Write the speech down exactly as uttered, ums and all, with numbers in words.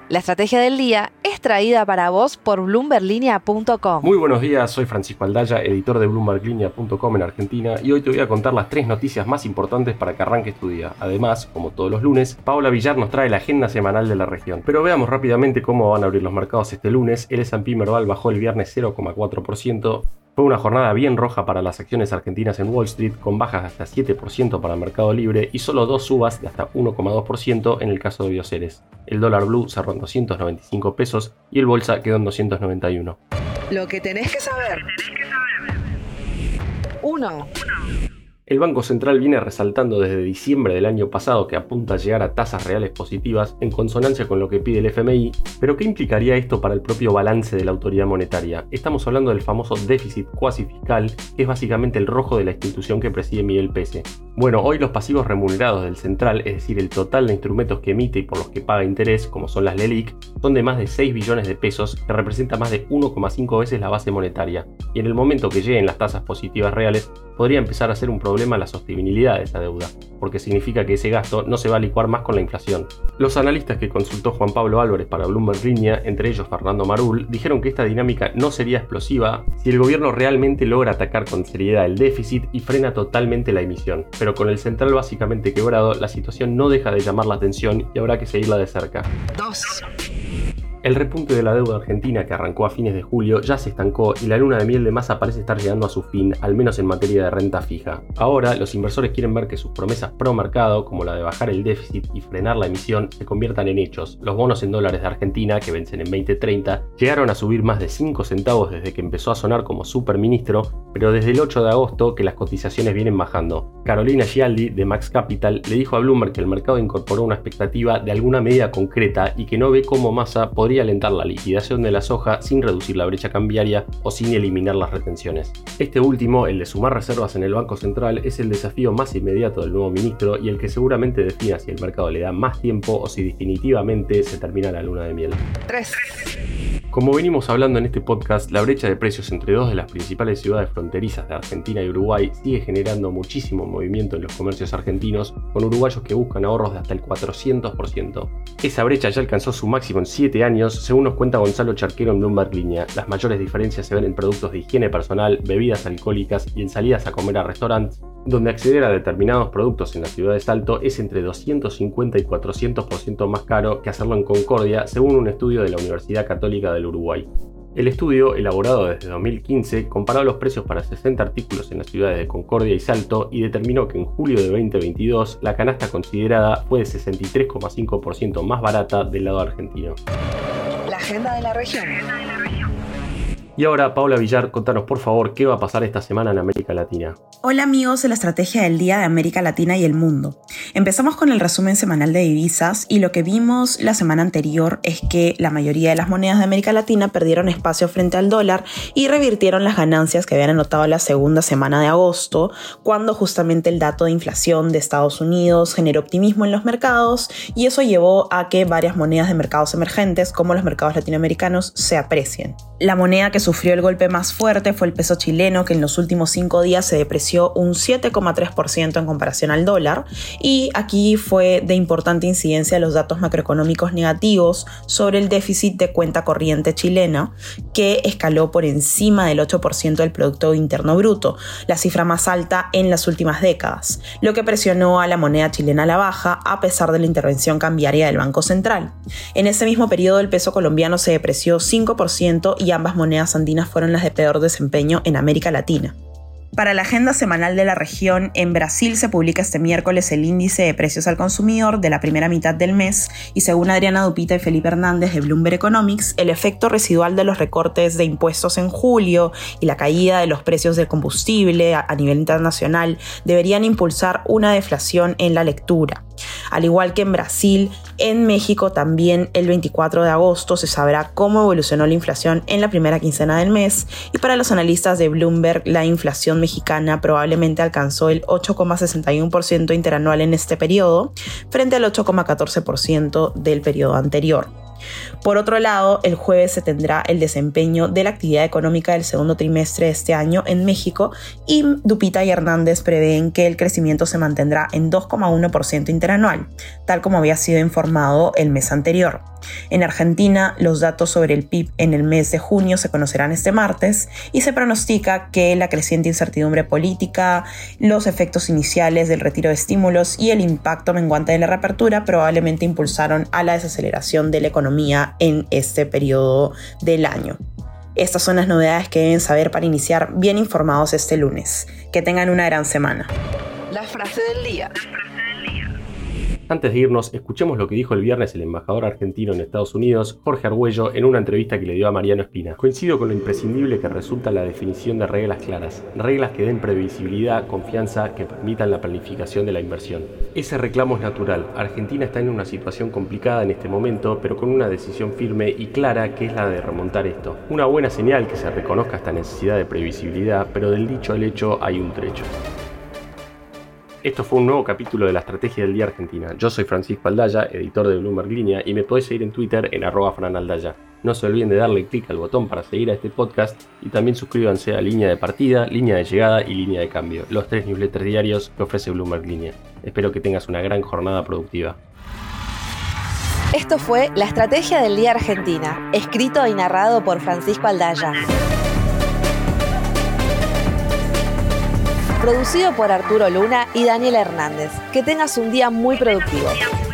La estrategia del día es traída para vos por bloomberg linea punto com. Muy buenos días, soy Francisco Aldaya, editor de bloomberg linea punto com en Argentina, y hoy te voy a contar las tres noticias más importantes para que arranques tu día. Además, como todos los lunes, Paola Villar nos trae la agenda semanal de la región. Pero veamos rápidamente cómo van a abrir los mercados este lunes. El S and P Merval bajó el viernes cero coma cuatro por ciento. Fue una jornada bien roja para las acciones argentinas en Wall Street, con bajas de hasta siete por ciento para el mercado libre y solo dos subas de hasta uno coma dos por ciento en el caso de Bioceres. El dólar blue cerró en doscientos noventa y cinco pesos y el bolsa quedó en doscientos noventa y uno. Lo que tenés que saber. uno. El Banco Central viene resaltando desde diciembre del año pasado que apunta a llegar a tasas reales positivas en consonancia con lo que pide el F M I, pero ¿qué implicaría esto para el propio balance de la autoridad monetaria? Estamos hablando del famoso déficit cuasi fiscal, que es básicamente el rojo de la institución que preside Miguel Pese. Bueno, hoy los pasivos remunerados del Central, es decir, el total de instrumentos que emite y por los que paga interés, como son las LELIQ, son de más de seis billones de pesos, que representa más de uno coma cinco veces la base monetaria, y en el momento que lleguen las tasas positivas reales, podría empezar a ser un problema la sostenibilidad de esa deuda, porque significa que ese gasto no se va a licuar más con la inflación. Los analistas que consultó Juan Pablo Álvarez para Bloomberg Línea, entre ellos Fernando Marul, dijeron que esta dinámica no sería explosiva si el gobierno realmente logra atacar con seriedad el déficit y frena totalmente la emisión, pero con el Central básicamente quebrado, la situación no deja de llamar la atención y habrá que seguirla de cerca. dos. El repunte de la deuda argentina, que arrancó a fines de julio, ya se estancó y la luna de miel de Massa parece estar llegando a su fin, al menos en materia de renta fija. Ahora, los inversores quieren ver que sus promesas pro mercado, como la de bajar el déficit y frenar la emisión, se conviertan en hechos. Los bonos en dólares de Argentina, que vencen en veinte treinta, llegaron a subir más de cinco centavos desde que empezó a sonar como superministro, pero desde el ocho de agosto que las cotizaciones vienen bajando. Carolina Gialdi, de Max Capital, le dijo a Bloomberg que el mercado incorporó una expectativa de alguna medida concreta y que no ve cómo Massa podría alentar la liquidación de la soja sin reducir la brecha cambiaria o sin eliminar las retenciones. Este último, el de sumar reservas en el Banco Central, es el desafío más inmediato del nuevo ministro y el que seguramente defina si el mercado le da más tiempo o si definitivamente se termina la luna de miel. tres. Como venimos hablando en este podcast, la brecha de precios entre dos de las principales ciudades fronterizas de Argentina y Uruguay sigue generando muchísimo movimiento en los comercios argentinos, con uruguayos que buscan ahorros de hasta el cuatrocientos por ciento. Esa brecha ya alcanzó su máximo en siete años, según nos cuenta Gonzalo Charquero en Bloomberg Línea. Las mayores diferencias se ven en productos de higiene personal, bebidas alcohólicas y en salidas a comer a restaurantes, donde acceder a determinados productos en la ciudad de Salto es entre doscientos cincuenta y cuatrocientos por ciento más caro que hacerlo en Concordia, según un estudio de la Universidad Católica del Uruguay. El estudio, elaborado desde dos mil quince, comparó los precios para sesenta artículos en las ciudades de Concordia y Salto y determinó que en julio de veinte veintidós la canasta considerada fue de sesenta y tres coma cinco por ciento más barata del lado argentino. La agenda de la región. Y ahora, Paola Villar, contanos por favor qué va a pasar esta semana en América Latina. Hola amigos de la Estrategia del Día de América Latina y el Mundo. Empezamos con el resumen semanal de divisas y lo que vimos la semana anterior es que la mayoría de las monedas de América Latina perdieron espacio frente al dólar y revirtieron las ganancias que habían anotado la segunda semana de agosto, cuando justamente el dato de inflación de Estados Unidos generó optimismo en los mercados y eso llevó a que varias monedas de mercados emergentes, como los mercados latinoamericanos, se aprecien. La moneda que sufrió el golpe más fuerte fue el peso chileno, que en los últimos cinco días se depreció un siete coma tres por ciento en comparación al dólar, y aquí fue de importante incidencia los datos macroeconómicos negativos sobre el déficit de cuenta corriente chilena, que escaló por encima del ocho por ciento del Producto Interno Bruto, la cifra más alta en las últimas décadas, lo que presionó a la moneda chilena a la baja a pesar de la intervención cambiaria del Banco Central. En ese mismo periodo el peso colombiano se depreció cinco por ciento y ambas monedas andinas fueron las de peor desempeño en América Latina. Para la agenda semanal de la región, en Brasil se publica este miércoles el índice de precios al consumidor de la primera mitad del mes y según Adriana Dupita y Felipe Hernández de Bloomberg Economics, el efecto residual de los recortes de impuestos en julio y la caída de los precios del combustible a nivel internacional deberían impulsar una deflación en la lectura. Al igual que en Brasil, en México también el veinticuatro de agosto se sabrá cómo evolucionó la inflación en la primera quincena del mes y para los analistas de Bloomberg la inflación mexicana probablemente alcanzó el ocho coma sesenta y uno por ciento interanual en este periodo frente al ocho coma catorce por ciento del periodo anterior. Por otro lado, el jueves se tendrá el desempeño de la actividad económica del segundo trimestre de este año en México y Dupita y Hernández prevén que el crecimiento se mantendrá en dos coma uno por ciento interanual, tal como había sido informado el mes anterior. En Argentina, los datos sobre el P I B en el mes de junio se conocerán este martes y se pronostica que la creciente incertidumbre política, los efectos iniciales del retiro de estímulos y el impacto menguante de la reapertura probablemente impulsaron a la desaceleración de la economía en este periodo del año. Estas son las novedades que deben saber para iniciar bien informados este lunes. Que tengan una gran semana. La frase del día. Antes de irnos, escuchemos lo que dijo el viernes el embajador argentino en Estados Unidos, Jorge Argüello, en una entrevista que le dio a Mariano Espina. Coincido con lo imprescindible que resulta la definición de reglas claras, reglas que den previsibilidad, confianza, que permitan la planificación de la inversión. Ese reclamo es natural. Argentina está en una situación complicada en este momento, pero con una decisión firme y clara que es la de remontar esto. Una buena señal que se reconozca esta necesidad de previsibilidad, pero del dicho al hecho hay un trecho. Esto fue un nuevo capítulo de la Estrategia del Día Argentina. Yo soy Francisco Aldaya, editor de Bloomberg Línea, y me podés seguir en Twitter en arroba franaldaya. No se olviden de darle clic al botón para seguir a este podcast y también suscríbanse a Línea de Partida, Línea de Llegada y Línea de Cambio, los tres newsletters diarios que ofrece Bloomberg Línea. Espero que tengas una gran jornada productiva. Esto fue La Estrategia del Día Argentina, escrito y narrado por Francisco Aldaya. Producido por Arturo Luna y Daniel Hernández. Que tengas un día muy productivo.